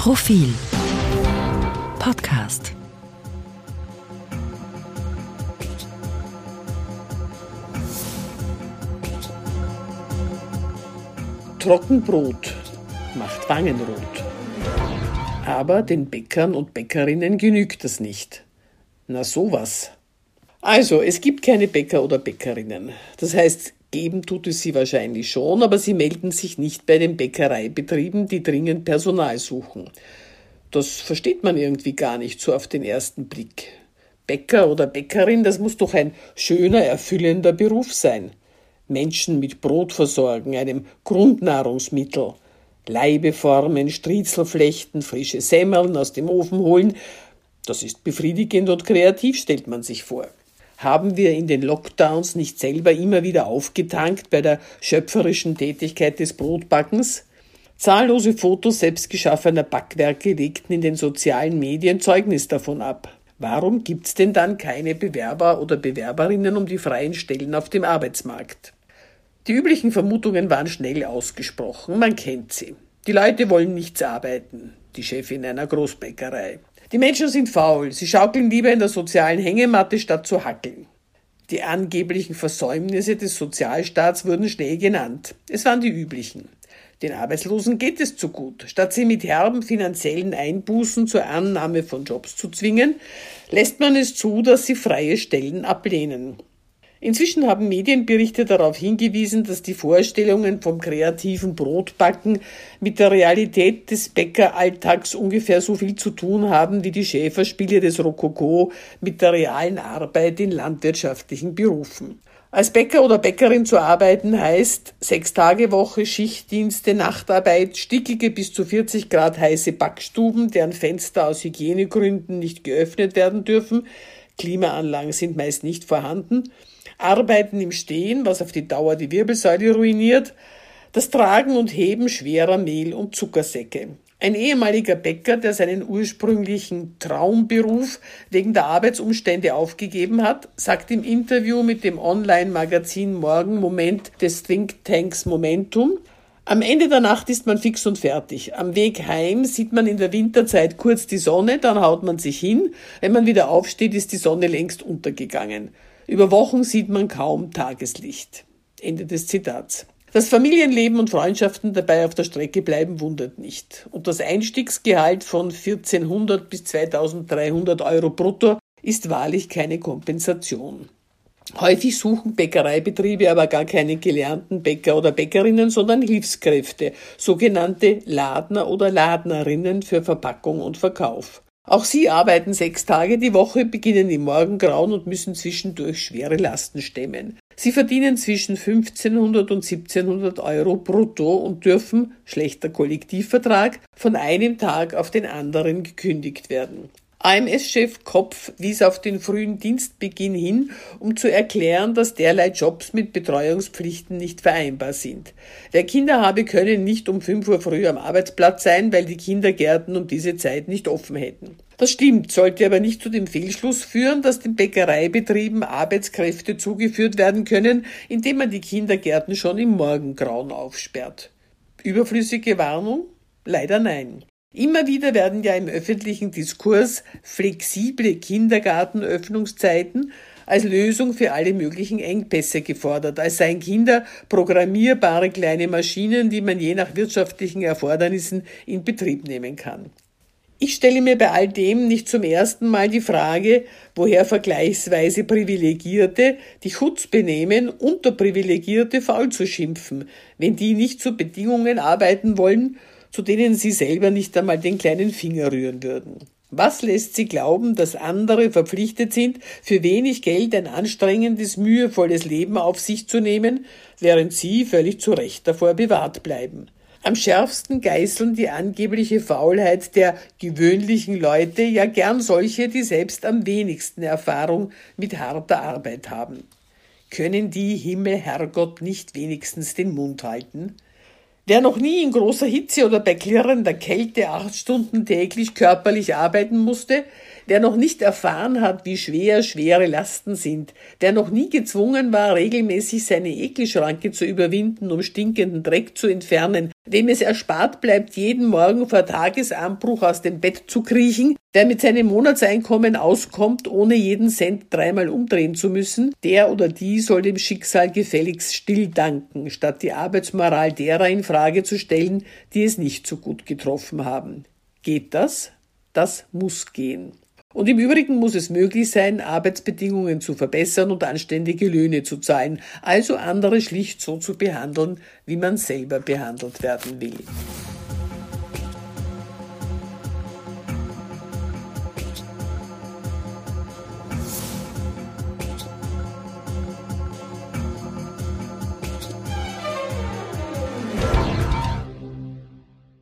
Profil Podcast. Trockenbrot macht Wangenrot. Aber den Bäckern und Bäckerinnen genügt das nicht. Na sowas. Also, es gibt keine Bäcker oder Bäckerinnen. Das heißt, geben tut es sie wahrscheinlich schon, aber sie melden sich nicht bei den Bäckereibetrieben, die dringend Personal suchen. Das versteht man irgendwie gar nicht so auf den ersten Blick. Bäcker oder Bäckerin, das muss doch ein schöner, erfüllender Beruf sein. Menschen mit Brot versorgen, einem Grundnahrungsmittel. Laibe formen, Striezel flechten, frische Semmeln aus dem Ofen holen. Das ist befriedigend und kreativ, stellt man sich vor. Haben wir in den Lockdowns nicht selber immer wieder aufgetankt bei der schöpferischen Tätigkeit des Brotbackens? Zahllose Fotos selbstgeschaffener Backwerke legten in den sozialen Medien Zeugnis davon ab. Warum gibt's denn dann keine Bewerber oder Bewerberinnen um die freien Stellen auf dem Arbeitsmarkt? Die üblichen Vermutungen waren schnell ausgesprochen, man kennt sie. Die Leute wollen nichts arbeiten, die Chefin einer Großbäckerei. Die Menschen sind faul, sie schaukeln lieber in der sozialen Hängematte, statt zu hackeln. Die angeblichen Versäumnisse des Sozialstaats wurden schnell genannt. Es waren die üblichen. Den Arbeitslosen geht es zu gut. Statt sie mit herben finanziellen Einbußen zur Annahme von Jobs zu zwingen, lässt man es zu, dass sie freie Stellen ablehnen. Inzwischen haben Medienberichte darauf hingewiesen, dass die Vorstellungen vom kreativen Brotbacken mit der Realität des Bäckeralltags ungefähr so viel zu tun haben wie die Schäferspiele des Rokoko mit der realen Arbeit in landwirtschaftlichen Berufen. Als Bäcker oder Bäckerin zu arbeiten heißt 6-Tage-Woche, Schichtdienste, Nachtarbeit, stickige bis zu 40 Grad heiße Backstuben, deren Fenster aus Hygienegründen nicht geöffnet werden dürfen, Klimaanlagen sind meist nicht vorhanden, Arbeiten im Stehen, was auf die Dauer die Wirbelsäule ruiniert, das Tragen und Heben schwerer Mehl- und Zuckersäcke. Ein ehemaliger Bäcker, der seinen ursprünglichen Traumberuf wegen der Arbeitsumstände aufgegeben hat, sagt im Interview mit dem Online-Magazin Morgen Moment des Thinktanks Momentum: Am Ende der Nacht ist man fix und fertig. Am Weg heim sieht man in der Winterzeit kurz die Sonne, dann haut man sich hin. Wenn man wieder aufsteht, ist die Sonne längst untergegangen. Über Wochen sieht man kaum Tageslicht. Ende des Zitats. Dass Familienleben und Freundschaften dabei auf der Strecke bleiben, wundert nicht. Und das Einstiegsgehalt von 1400 bis 2300 Euro brutto ist wahrlich keine Kompensation. Häufig suchen Bäckereibetriebe aber gar keine gelernten Bäcker oder Bäckerinnen, sondern Hilfskräfte, sogenannte Ladner oder Ladnerinnen für Verpackung und Verkauf. Auch sie arbeiten 6 Tage die Woche, beginnen im Morgengrauen und müssen zwischendurch schwere Lasten stemmen. Sie verdienen zwischen 1500 und 1700 Euro brutto und dürfen, schlechter Kollektivvertrag, von einem Tag auf den anderen gekündigt werden. AMS-Chef Kopf wies auf den frühen Dienstbeginn hin, um zu erklären, dass derlei Jobs mit Betreuungspflichten nicht vereinbar sind. Wer Kinder habe, könne nicht um 5 Uhr früh am Arbeitsplatz sein, weil die Kindergärten um diese Zeit nicht offen hätten. Das stimmt, sollte aber nicht zu dem Fehlschluss führen, dass den Bäckereibetrieben Arbeitskräfte zugeführt werden können, indem man die Kindergärten schon im Morgengrauen aufsperrt. Überflüssige Warnung? Leider nein. Immer wieder werden ja im öffentlichen Diskurs flexible Kindergartenöffnungszeiten als Lösung für alle möglichen Engpässe gefordert, als seien Kinder programmierbare kleine Maschinen, die man je nach wirtschaftlichen Erfordernissen in Betrieb nehmen kann. Ich stelle mir bei all dem nicht zum ersten Mal die Frage, woher vergleichsweise Privilegierte die Chutzpe nehmen, Unterprivilegierte faul zu schimpfen, wenn die nicht zu Bedingungen arbeiten wollen, zu denen sie selber nicht einmal den kleinen Finger rühren würden. Was lässt sie glauben, dass andere verpflichtet sind, für wenig Geld ein anstrengendes, mühevolles Leben auf sich zu nehmen, während sie völlig zu Recht davor bewahrt bleiben? Am schärfsten geißeln die angebliche Faulheit der gewöhnlichen Leute ja gern solche, die selbst am wenigsten Erfahrung mit harter Arbeit haben. Können die, Himmel, Herrgott, nicht wenigstens den Mund halten? Wer noch nie in großer Hitze oder bei klirrender Kälte 8 Stunden täglich körperlich arbeiten musste, Wer noch nicht erfahren hat, wie schwer schwere Lasten sind, der noch nie gezwungen war, regelmäßig seine Ekelschranke zu überwinden, um stinkenden Dreck zu entfernen, wem es erspart bleibt, jeden Morgen vor Tagesanbruch aus dem Bett zu kriechen, der mit seinem Monatseinkommen auskommt, ohne jeden Cent dreimal umdrehen zu müssen, der oder die soll dem Schicksal gefälligst still danken, statt die Arbeitsmoral derer in Frage zu stellen, die es nicht so gut getroffen haben. Geht das? Das muss gehen. Und im Übrigen muss es möglich sein, Arbeitsbedingungen zu verbessern und anständige Löhne zu zahlen, also andere schlicht so zu behandeln, wie man selber behandelt werden will.